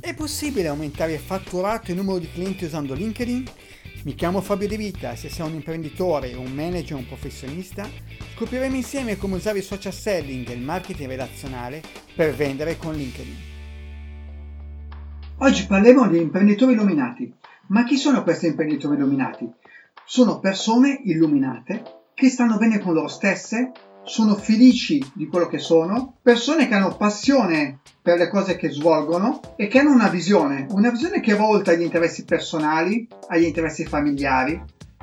È possibile aumentare il fatturato e il numero di clienti usando LinkedIn? Mi chiamo Fabio De Vita e se sei un imprenditore, un manager o un professionista, scopriremo insieme come usare il social selling e il marketing relazionale per vendere con LinkedIn. Oggi parleremo di imprenditori illuminati. Ma chi sono questi imprenditori illuminati? Sono persone illuminate che stanno bene con loro stesse, sono felici di quello che sono, persone che hanno passione per le cose che svolgono e che hanno una visione che va oltre agli interessi personali, agli interessi familiari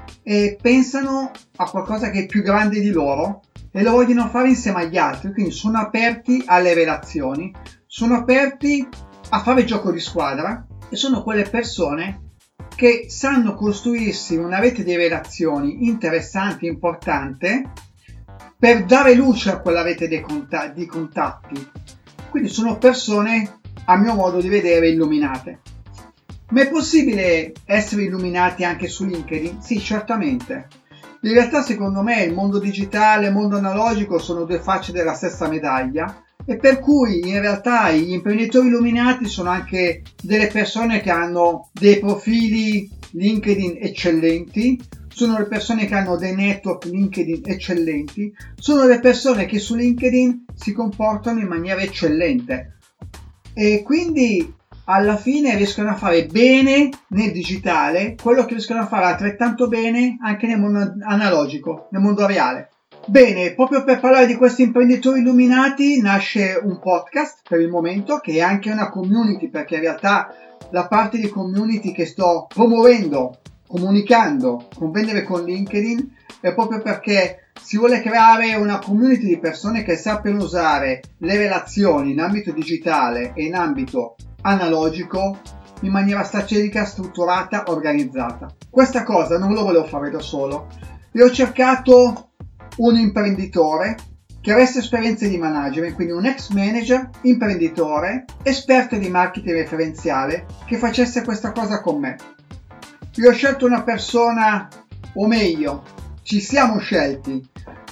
e pensano a qualcosa che è più grande di loro e lo vogliono fare insieme agli altri, quindi sono aperti alle relazioni, sono aperti a fare gioco di squadra e sono quelle persone che sanno costruirsi una rete di relazioni interessante, importante, per dare luce a quella rete di contatti. Quindi sono persone, a mio modo di vedere, illuminate. Ma è possibile essere illuminati anche su LinkedIn? Sì, certamente. In realtà, secondo me, il mondo digitale e il mondo analogico sono due facce della stessa medaglia e per cui in realtà gli imprenditori illuminati sono anche delle persone che hanno dei profili LinkedIn eccellenti, sono le persone che hanno dei network LinkedIn eccellenti, sono le persone che su LinkedIn si comportano in maniera eccellente e quindi alla fine riescono a fare bene nel digitale quello che riescono a fare altrettanto bene anche nel mondo analogico, nel mondo reale. Bene, proprio per parlare di questi imprenditori illuminati nasce un podcast per il momento che è anche una community, perché in realtà la parte di community che sto promuovendo, comunicando con Vendere con LinkedIn è proprio perché si vuole creare una community di persone che sappiano usare le relazioni in ambito digitale e in ambito analogico in maniera strategica, strutturata, organizzata. Questa cosa non lo volevo fare da solo. Io ho cercato un imprenditore che avesse esperienze di management, quindi un ex manager, imprenditore, esperto di marketing referenziale, che facesse questa cosa con me. Io ho scelto una persona, o meglio, ci siamo scelti,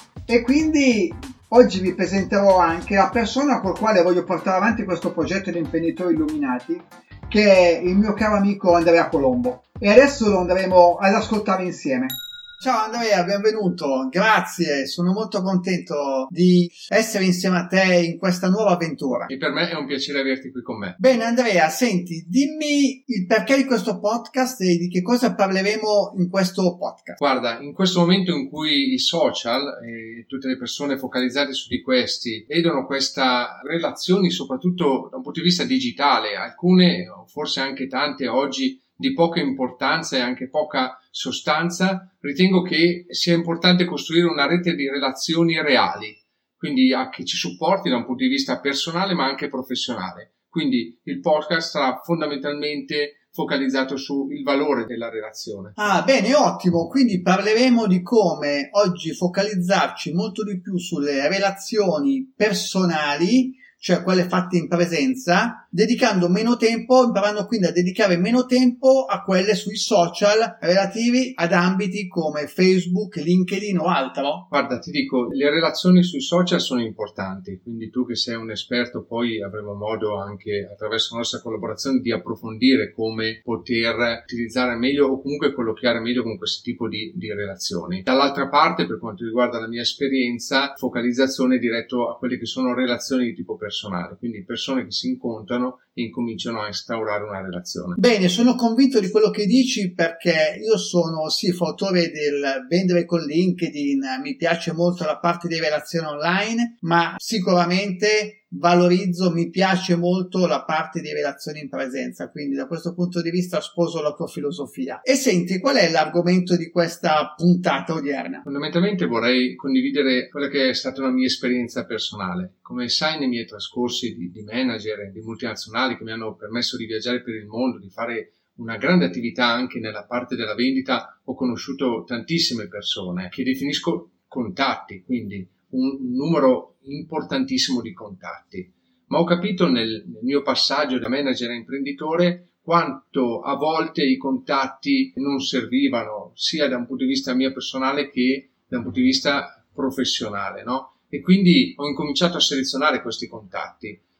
e quindi oggi vi presenterò anche la persona col quale voglio portare avanti questo progetto di imprenditori illuminati, che è il mio caro amico Andrea Colombo. E adesso lo andremo ad ascoltare insieme. Ciao Andrea, benvenuto, grazie, sono molto contento di essere insieme a te in questa nuova avventura. E per me è un piacere averti qui con me. Bene Andrea, senti, dimmi il perché di questo podcast e di che cosa parleremo in questo podcast. Guarda, in questo momento in cui i social e tutte le persone focalizzate su di questi vedono questa relazioni soprattutto da un punto di vista digitale, alcune, forse anche tante oggi, di poca importanza e anche poca sostanza, ritengo che sia importante costruire una rete di relazioni reali, quindi che ci supporti da un punto di vista personale ma anche professionale. Quindi il podcast sarà fondamentalmente focalizzato sul valore della relazione. Ah, bene, ottimo. Quindi parleremo di come oggi focalizzarci molto di più sulle relazioni personali, cioè quelle fatte in presenza, dedicando meno tempo, imparando quindi a dedicare meno tempo a quelle sui social relativi ad ambiti come Facebook, LinkedIn o altro. Guarda, ti dico, le relazioni sui social sono importanti, quindi tu che sei un esperto poi avremo modo anche attraverso la nostra collaborazione di approfondire come poter utilizzare meglio o comunque colloquiare meglio con questo tipo di relazioni. Dall'altra parte, per quanto riguarda la mia esperienza, focalizzazione diretto a quelle che sono relazioni di tipo personale, quindi persone che si incontrano e incominciano a instaurare una relazione. Bene, sono convinto di quello che dici perché io sono sì fautore del vendere con LinkedIn, mi piace molto la parte di relazioni online, ma sicuramente valorizzo, mi piace molto la parte di relazioni in presenza, quindi da questo punto di vista sposo la tua filosofia. E senti, qual è l'argomento di questa puntata odierna? Fondamentalmente vorrei condividere quella che è stata una mia esperienza personale. Come sai, nei miei trascorsi di manager e di multinazionali che mi hanno permesso di viaggiare per il mondo, di fare una grande attività anche nella parte della vendita, ho conosciuto tantissime persone che definisco contatti, quindi un numero importantissimo di contatti, ma ho capito nel mio passaggio da manager a imprenditore quanto a volte i contatti non servivano sia da un punto di vista mio personale che da un punto di vista professionale, no? E quindi ho incominciato a selezionare questi contatti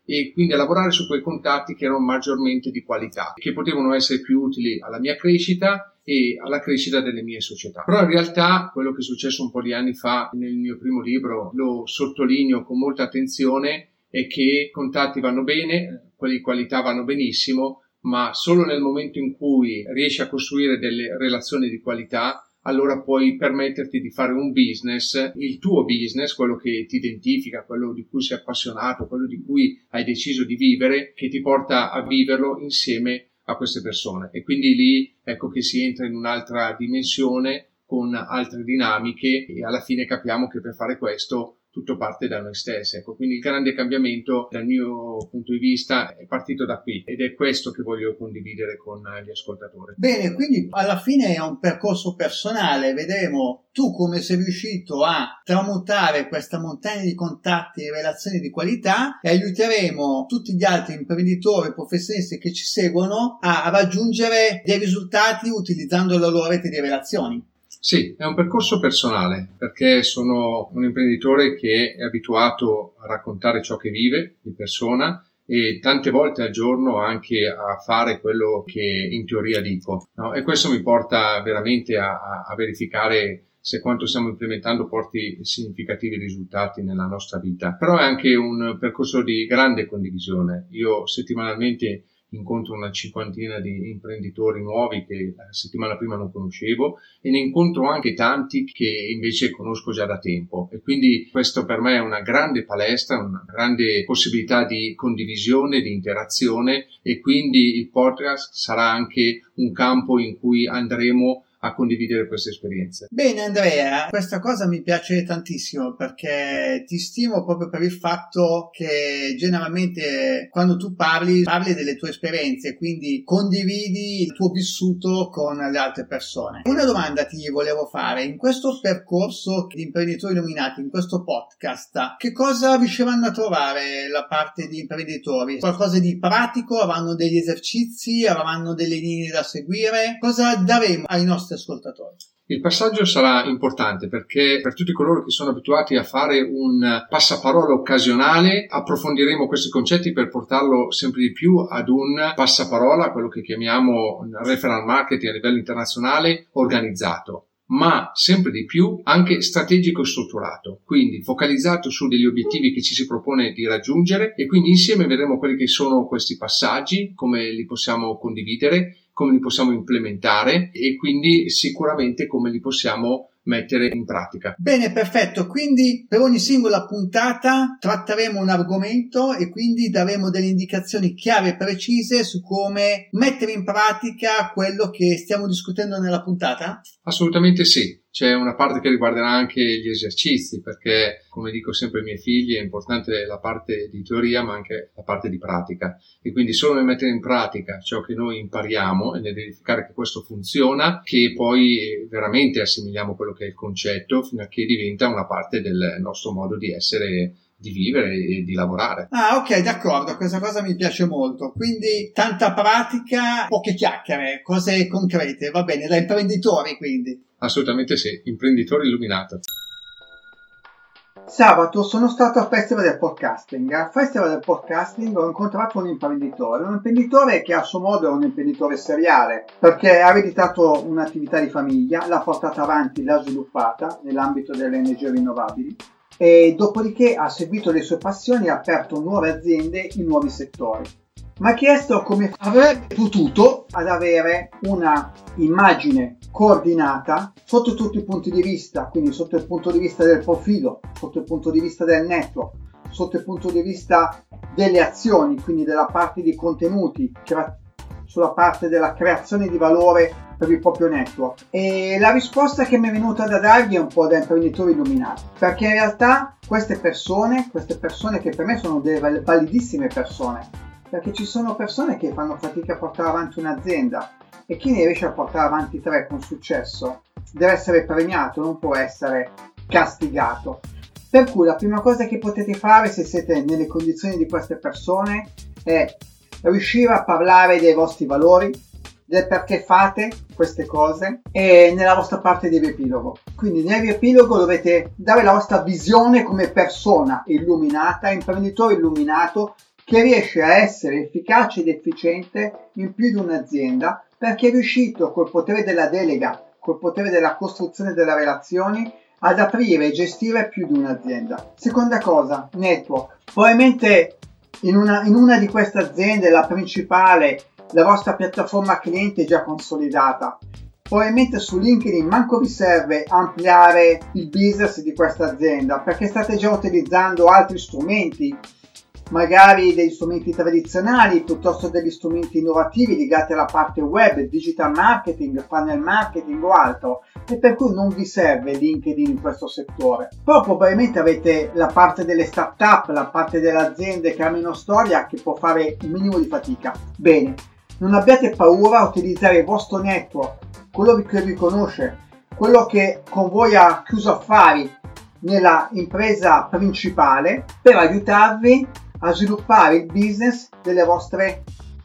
e quindi a lavorare su quei contatti che erano maggiormente di qualità, che potevano essere più utili alla mia crescita e alla crescita delle mie società. Però in realtà quello che è successo un po' di anni fa nel mio primo libro, lo sottolineo con molta attenzione, è che contatti vanno bene, quelli di qualità vanno benissimo, ma solo nel momento in cui riesci a costruire delle relazioni di qualità, allora puoi permetterti di fare un business, il tuo business, quello che ti identifica, quello di cui sei appassionato, quello di cui hai deciso di vivere, che ti porta a viverlo insieme a queste persone. E quindi lì ecco che si entra in un'altra dimensione con altre dinamiche e alla fine capiamo che per fare questo tutto parte da noi stessi. Ecco, quindi il grande cambiamento dal mio punto di vista è partito da qui ed è questo che voglio condividere con gli ascoltatori. Bene, quindi alla fine è un percorso personale, vedremo tu come sei riuscito a tramutare questa montagna di contatti e relazioni di qualità e aiuteremo tutti gli altri imprenditori e professionisti che ci seguono a raggiungere dei risultati utilizzando la loro rete di relazioni. Sì, è un percorso personale perché sono un imprenditore che è abituato a raccontare ciò che vive di persona e tante volte al giorno anche a fare quello che in teoria dico, no? E questo mi porta veramente a verificare se quanto stiamo implementando porti significativi risultati nella nostra vita. Però è anche un percorso di grande condivisione. Io settimanalmente incontro una cinquantina di imprenditori nuovi che la settimana prima non conoscevo e ne incontro anche tanti che invece conosco già da tempo e quindi questo per me è una grande palestra, una grande possibilità di condivisione, di interazione e quindi il podcast sarà anche un campo in cui andremo a condividere queste esperienze. Bene Andrea, questa cosa mi piace tantissimo perché ti stimo proprio per il fatto che generalmente quando tu parli delle tue esperienze, quindi condividi il tuo vissuto con le altre persone. Una domanda ti volevo fare: in questo percorso di imprenditori illuminati, in questo podcast, che cosa riusciranno a trovare la parte di imprenditori? Qualcosa di pratico? Avranno degli esercizi? Avranno delle linee da seguire? Cosa daremo ai nostri ascoltatori? Il passaggio sarà importante perché per tutti coloro che sono abituati a fare un passaparola occasionale approfondiremo questi concetti per portarlo sempre di più ad un passaparola, quello che chiamiamo referral marketing a livello internazionale, organizzato, ma sempre di più anche strategico e strutturato, quindi focalizzato su degli obiettivi che ci si propone di raggiungere e quindi insieme vedremo quelli che sono questi passaggi, come li possiamo condividere, come li possiamo implementare e quindi sicuramente come li possiamo mettere in pratica. Bene, perfetto. Quindi per ogni singola puntata tratteremo un argomento e quindi daremo delle indicazioni chiare e precise su come mettere in pratica quello che stiamo discutendo nella puntata? Assolutamente sì. C'è una parte che riguarderà anche gli esercizi perché, come dico sempre ai miei figli, è importante la parte di teoria ma anche la parte di pratica e quindi solo nel mettere in pratica ciò che noi impariamo e nel verificare che questo funziona che poi veramente assimiliamo quello che è il concetto fino a che diventa una parte del nostro modo di essere, di vivere e di lavorare. Ah, ok, d'accordo, questa cosa mi piace molto. Quindi tanta pratica, poche chiacchiere, cose concrete, va bene, da imprenditori quindi. Assolutamente sì, imprenditore illuminato. Sabato sono stato al Festival del Podcasting. Al Festival del Podcasting ho incontrato un imprenditore che a suo modo è un imprenditore seriale, perché ha ereditato un'attività di famiglia, l'ha portata avanti, l'ha sviluppata nell'ambito delle energie rinnovabili e dopodiché ha seguito le sue passioni e ha aperto nuove aziende in nuovi settori. Mi ha chiesto come avrebbe potuto ad avere una immagine coordinata sotto tutti i punti di vista, quindi sotto il punto di vista del profilo, sotto il punto di vista del network, sotto il punto di vista delle azioni, quindi della parte di contenuti, sulla parte della creazione di valore per il proprio network. E la risposta che mi è venuta da dargli è un po' da imprenditore illuminato, perché in realtà queste persone che per me sono delle validissime persone, perché ci sono persone che fanno fatica a portare avanti un'azienda e chi ne riesce a portare avanti 3 con successo deve essere premiato, non può essere castigato. Per cui la prima cosa che potete fare se siete nelle condizioni di queste persone è riuscire a parlare dei vostri valori, del perché fate queste cose e nella vostra parte di riepilogo. Quindi nel riepilogo dovete dare la vostra visione come persona illuminata, imprenditore illuminato, che riesce a essere efficace ed efficiente in più di un'azienda perché è riuscito col potere della delega, col potere della costruzione delle relazioni ad aprire e gestire più di un'azienda. Seconda cosa, network. Probabilmente in una di queste aziende, la principale, la vostra piattaforma cliente è già consolidata. Probabilmente su LinkedIn manco vi serve ampliare il business di questa azienda perché state già utilizzando altri strumenti, magari degli strumenti tradizionali piuttosto degli strumenti innovativi legati alla parte web, digital marketing, funnel marketing o altro, e per cui non vi serve LinkedIn in questo settore. Però probabilmente avete la parte delle start-up, la parte delle aziende che hanno meno storia che può fare un minimo di fatica. Bene, non abbiate paura a utilizzare il vostro network, quello che vi conosce, quello che con voi ha chiuso affari nella impresa principale per aiutarvi a sviluppare il business delle vostre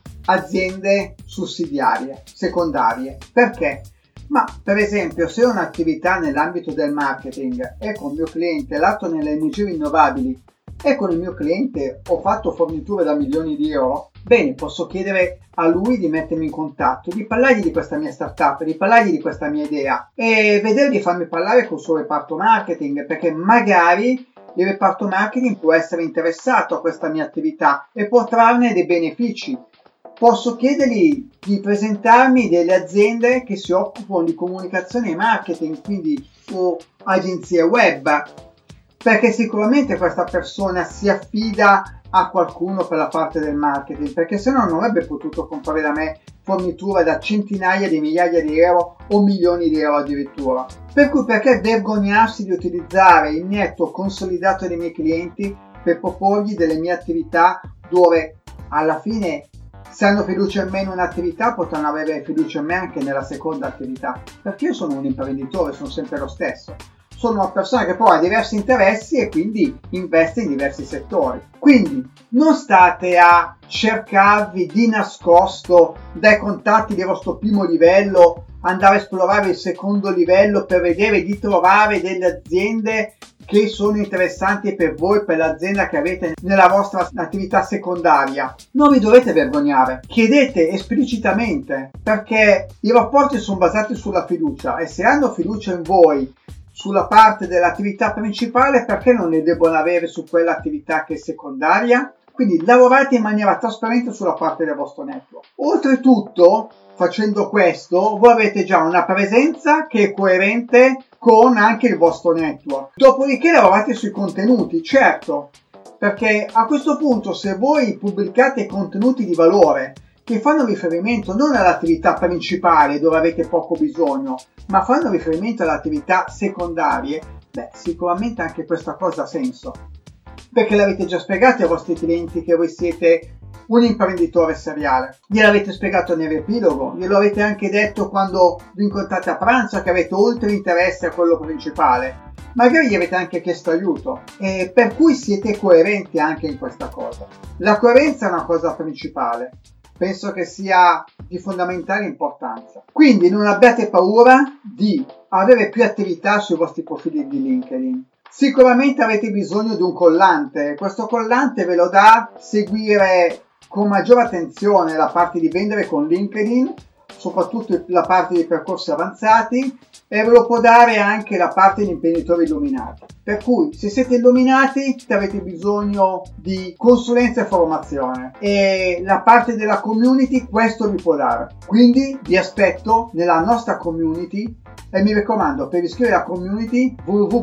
aziende sussidiarie, secondarie. Perché? Ma per esempio se ho un'attività nell'ambito del marketing e con il mio cliente lato nelle energie rinnovabili e con il mio cliente ho fatto forniture da milioni di euro, bene, posso chiedere a lui di mettermi in contatto, di parlargli di questa mia startup, di parlargli di questa mia idea e vedere di farmi parlare col suo reparto marketing, perché magari il reparto marketing può essere interessato a questa mia attività e può trarne dei benefici. Posso chiedergli di presentarmi delle aziende che si occupano di comunicazione e marketing, quindi o agenzie web, perché sicuramente questa persona si affida a qualcuno per la parte del marketing, perché se no non avrebbe potuto comprare da me forniture da centinaia di migliaia di euro o milioni di euro addirittura. Per cui perché vergognarsi di utilizzare il network consolidato dei miei clienti per proporgli delle mie attività dove alla fine se hanno fiducia in me in un'attività potranno avere fiducia in me anche nella seconda attività, perché io sono un imprenditore, sono sempre lo stesso. Sono una persona che poi ha diversi interessi e quindi investe in diversi settori. Quindi non state a cercarvi di nascosto dai contatti del vostro primo livello, andare a esplorare il secondo livello per vedere di trovare delle aziende che sono interessanti per voi, per l'azienda che avete nella vostra attività secondaria. Non vi dovete vergognare, chiedete esplicitamente, perché i rapporti sono basati sulla fiducia e se hanno fiducia in voi sulla parte dell'attività principale, perché non ne debbono avere su quell'attività che è secondaria? Quindi lavorate in maniera trasparente sulla parte del vostro network. Oltretutto, facendo questo, voi avete già una presenza che è coerente con anche il vostro network. Dopodiché lavorate sui contenuti, certo, perché a questo punto se voi pubblicate contenuti di valore che fanno riferimento non all'attività principale dove avete poco bisogno, ma fanno riferimento alle attività secondarie, sicuramente anche questa cosa ha senso, perché l'avete già spiegato ai vostri clienti che voi siete un imprenditore seriale, gliel'avete spiegato nell'epilogo, glielo avete anche detto quando vi incontrate a pranzo che avete oltre interesse a quello principale, magari gli avete anche chiesto aiuto, e per cui siete coerenti anche in questa cosa. La coerenza è una cosa principale, penso che sia di fondamentale importanza. Quindi non abbiate paura di avere più attività sui vostri profili di LinkedIn. Sicuramente avete bisogno di un collante, questo collante ve lo dà seguire con maggiore attenzione la parte di vendere con LinkedIn, soprattutto la parte di percorsi avanzati, e ve lo può dare anche la parte di imprenditori illuminati. Per cui se siete illuminati avete bisogno di consulenza e formazione e la parte della community questo vi può dare. Quindi vi aspetto nella nostra community e mi raccomando, per iscrivervi alla community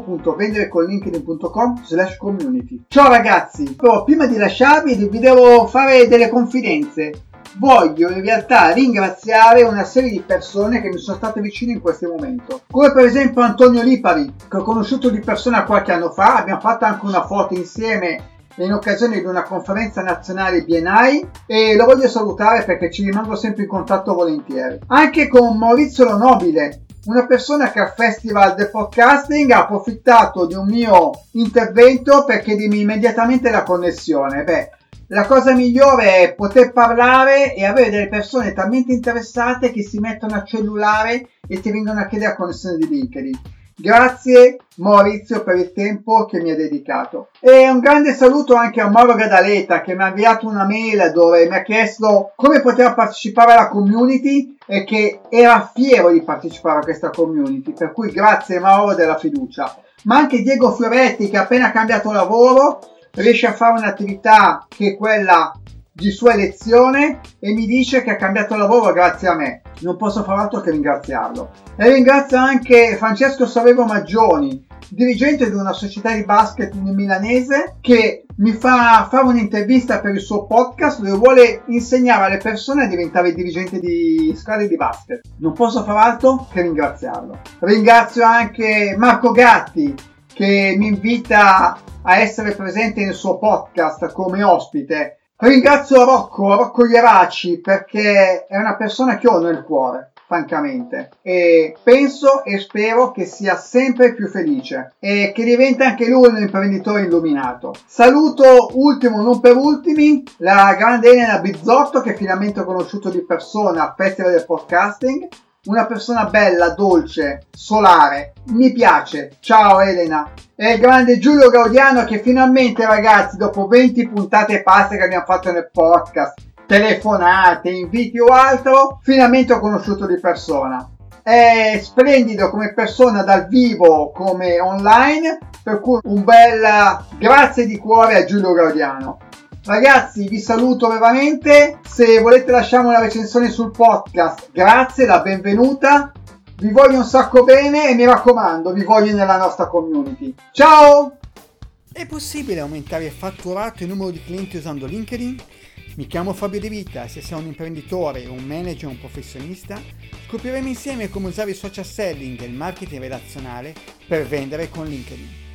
www.vendereconlinkedin.com/community. Ciao ragazzi, però prima di lasciarvi vi devo fare delle confidenze. Voglio in realtà ringraziare una serie di persone che mi sono state vicine in questo momento, come per esempio Antonio Lipari, che ho conosciuto di persona qualche anno fa, abbiamo fatto anche una foto insieme in occasione di una conferenza nazionale BNI e lo voglio salutare perché ci rimango sempre in contatto volentieri. Anche con Maurizio Lo Nobile, una persona che al Festival del Podcasting ha approfittato di un mio intervento per chiedermi immediatamente la connessione. La cosa migliore è poter parlare e avere delle persone talmente interessate che si mettono a cellulare e ti vengono a chiedere la connessione di LinkedIn. Grazie Maurizio per il tempo che mi ha dedicato. E un grande saluto anche a Mauro Gadaleta che mi ha inviato una mail dove mi ha chiesto come poteva partecipare alla community e che era fiero di partecipare a questa community, per cui grazie Mauro della fiducia. Ma anche Diego Fioretti che ha appena cambiato lavoro riesce a fare un'attività che è quella di sua elezione e mi dice che ha cambiato lavoro grazie a me. Non posso far altro che ringraziarlo. E ringrazio anche Francesco Saverio Maggioni, dirigente di una società di basket nel milanese, che mi fa fare un'intervista per il suo podcast dove vuole insegnare alle persone a diventare dirigenti di squadre di basket. Non posso far altro che ringraziarlo. Ringrazio anche Marco Gatti che mi invita a essere presente nel suo podcast come ospite. Ringrazio Rocco Ieraci perché è una persona che ho nel cuore, francamente, e penso e spero che sia sempre più felice e che diventi anche lui un imprenditore illuminato. Saluto, ultimo non per ultimi, la grande Elena Bizzotto che finalmente ho conosciuto di persona al Festival del Podcasting. Una persona bella, dolce, solare, mi piace. Ciao Elena. E il grande Giulio Gaudiano che finalmente, ragazzi, dopo 20 puntate e passa che abbiamo fatto nel podcast, telefonate, inviti o altro, finalmente ho conosciuto di persona. È splendido come persona dal vivo come online, per cui un bel grazie di cuore a Giulio Gaudiano. Ragazzi, vi saluto veramente. Se volete lasciare una recensione sul podcast, grazie, la benvenuta. Vi voglio un sacco bene e mi raccomando, vi voglio nella nostra community. Ciao! È possibile aumentare il fatturato e il numero di clienti usando LinkedIn? Mi chiamo Fabio De Vita e se sei un imprenditore, un manager o un professionista, scopriremo insieme come usare il social selling e il marketing relazionale per vendere con LinkedIn.